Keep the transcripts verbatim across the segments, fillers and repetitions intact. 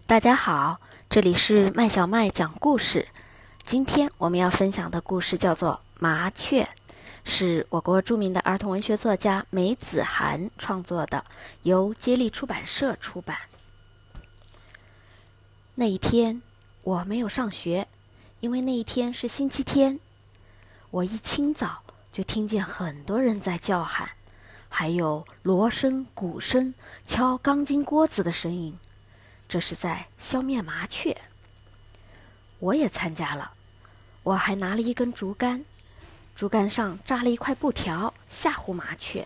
大家好，这里是麦小麦讲故事。今天我们要分享的故事叫做《麻雀》，是我国著名的儿童文学作家梅子涵创作的，由接力出版社出版。那一天我没有上学，因为那一天是星期天。我一清早就听见很多人在叫喊，还有锣声、鼓声、敲钢筋锅子的声音，这是在消灭麻雀。我也参加了，我还拿了一根竹竿，竹竿上扎了一块布条，吓唬麻雀。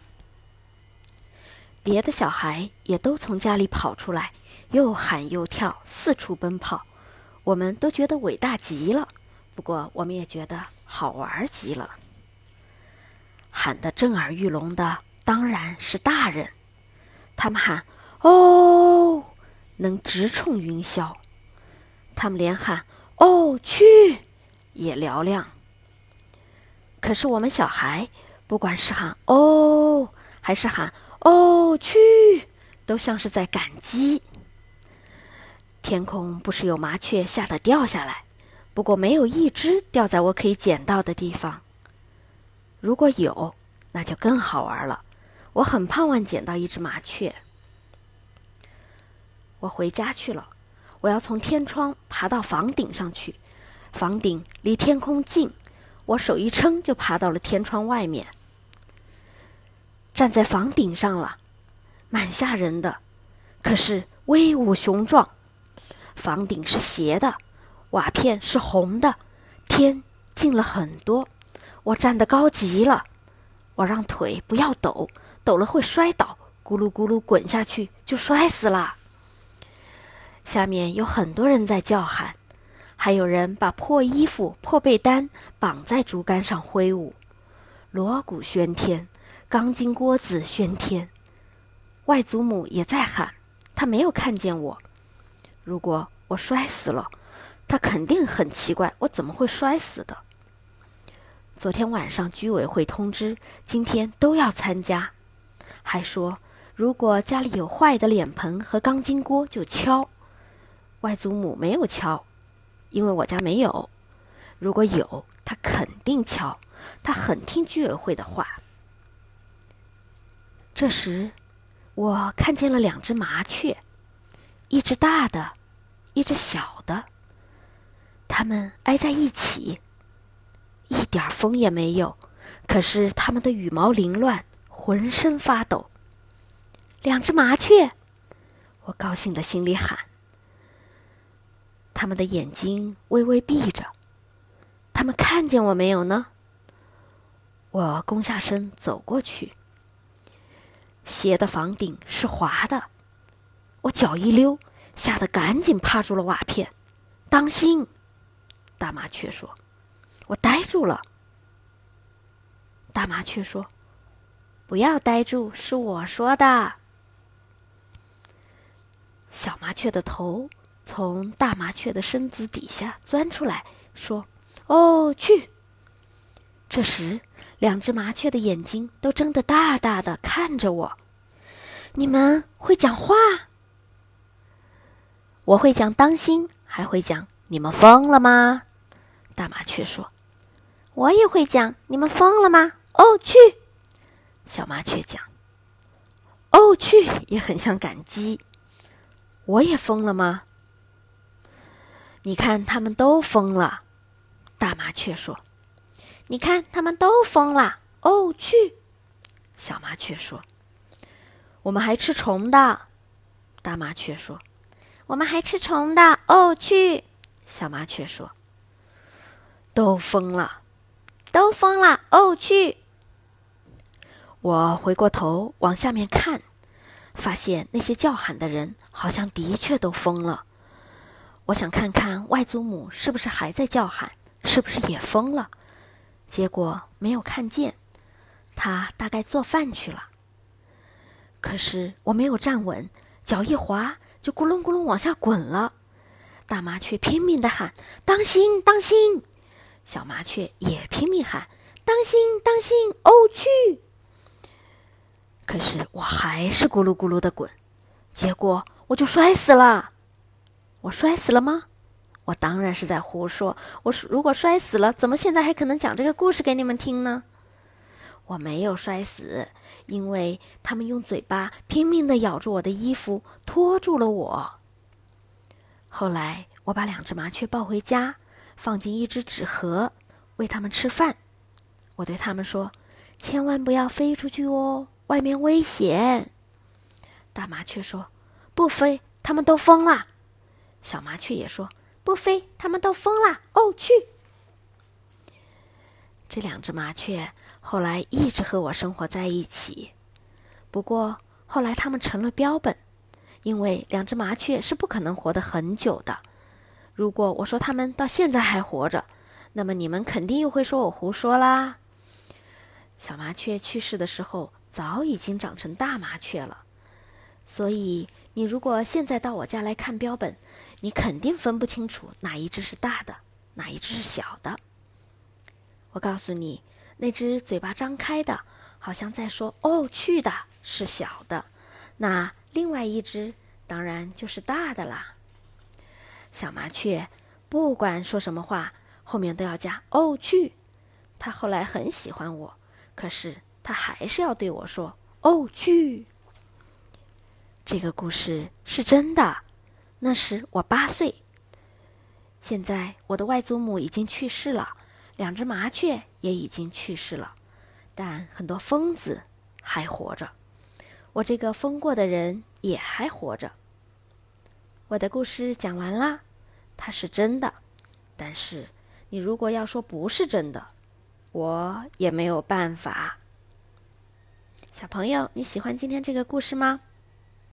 别的小孩也都从家里跑出来，又喊又跳，四处奔跑，我们都觉得伟大极了，不过我们也觉得好玩极了。喊得震耳欲聋的当然是大人，他们喊哦，能直冲云霄，他们连喊哦去也嘹亮。可是我们小孩不管是喊哦还是喊哦去，都像是在赶鸡。天空不时有麻雀吓得掉下来，不过没有一只掉在我可以捡到的地方。如果有，那就更好玩了，我很盼望捡到一只麻雀。我回家去了，我要从天窗爬到房顶上去，房顶离天空近，我手一撑就爬到了天窗外面。站在房顶上了，蛮吓人的，可是威武雄壮。房顶是斜的，瓦片是红的，天近了很多，我站得高极了。我让腿不要抖，抖了会摔倒，咕噜咕噜滚下去就摔死了。下面有很多人在叫喊，还有人把破衣服、破被单绑在竹竿上挥舞，锣鼓喧天，钢筋锅子喧天。外祖母也在喊，她没有看见我。如果我摔死了，她肯定很奇怪，我怎么会摔死的？昨天晚上居委会通知，今天都要参加，还说如果家里有坏的脸盆和钢筋锅就敲。外祖母没有敲，因为我家没有。如果有，她肯定敲，她很听居委会的话。这时我看见了两只麻雀，一只大的，一只小的，它们挨在一起，一点风也没有，可是它们的羽毛凌乱，浑身发抖。两只麻雀，我高兴的心里喊。它们的眼睛微微闭着，它们看见我没有呢？我弓下身走过去，斜的房顶是滑的，我脚一溜，吓得赶紧趴住了瓦片。当心！大麻雀说。我呆住了。大麻雀说：“不要呆住，是我说的。”小麻雀的头从大麻雀的身子底下钻出来，说：“哦，去！”这时，两只麻雀的眼睛都睁得大大的看着我。你们会讲话？我会讲当心，还会讲你们疯了吗？大麻雀说。我也会讲你们疯了吗？哦，去！小麻雀讲。哦，去也很像赶鸡。我也疯了吗？你看他们都疯了，大麻雀说。你看他们都疯了，哦，去！小麻雀说。我们还吃虫的，大麻雀说。我们还吃虫的，哦，去！小麻雀说。都疯了，都疯了，哦，去！我回过头往下面看，发现那些叫喊的人好像的确都疯了。我想看看外祖母是不是还在叫喊，是不是也疯了，结果没有看见，她大概做饭去了。可是我没有站稳，脚一滑就咕隆咕隆往下滚了。大麻雀拼命地喊：“当心，当心！”小麻雀也拼命喊：“当心，当心！哦，去！”可是我还是咕噜咕噜地滚，结果我就摔死了。 我摔死了吗？我当然是在胡说。我如果摔死了，怎么现在还可能讲这个故事给你们听呢？我没有摔死，因为他们用嘴巴拼命地咬住我的衣服，拖住了我。后来我把两只麻雀抱回家，放进一只纸盒，喂它们吃饭。我对它们说，千万不要飞出去哦，外面危险。大麻雀说，不飞，它们都疯了。小麻雀也说，不飞，它们都疯了，哦，去。这两只麻雀后来一直和我生活在一起，不过后来它们成了标本，因为两只麻雀是不可能活得很久的。如果我说它们到现在还活着，那么你们肯定又会说我胡说啦。小麻雀去世的时候早已经长成大麻雀了，所以你如果现在到我家来看标本，你肯定分不清楚哪一只是大的，哪一只是小的。我告诉你，那只嘴巴张开的，好像在说哦去的，是小的，那另外一只当然就是大的啦。小麻雀不管说什么话，后面都要加哦去。它后来很喜欢我，可是它还是要对我说哦去。这个故事是真的，那时我八岁。现在我的外祖母已经去世了，两只麻雀也已经去世了，但很多疯子还活着，我这个疯过的人也还活着。我的故事讲完啦，它是真的，但是你如果要说不是真的，我也没有办法。小朋友，你喜欢今天这个故事吗？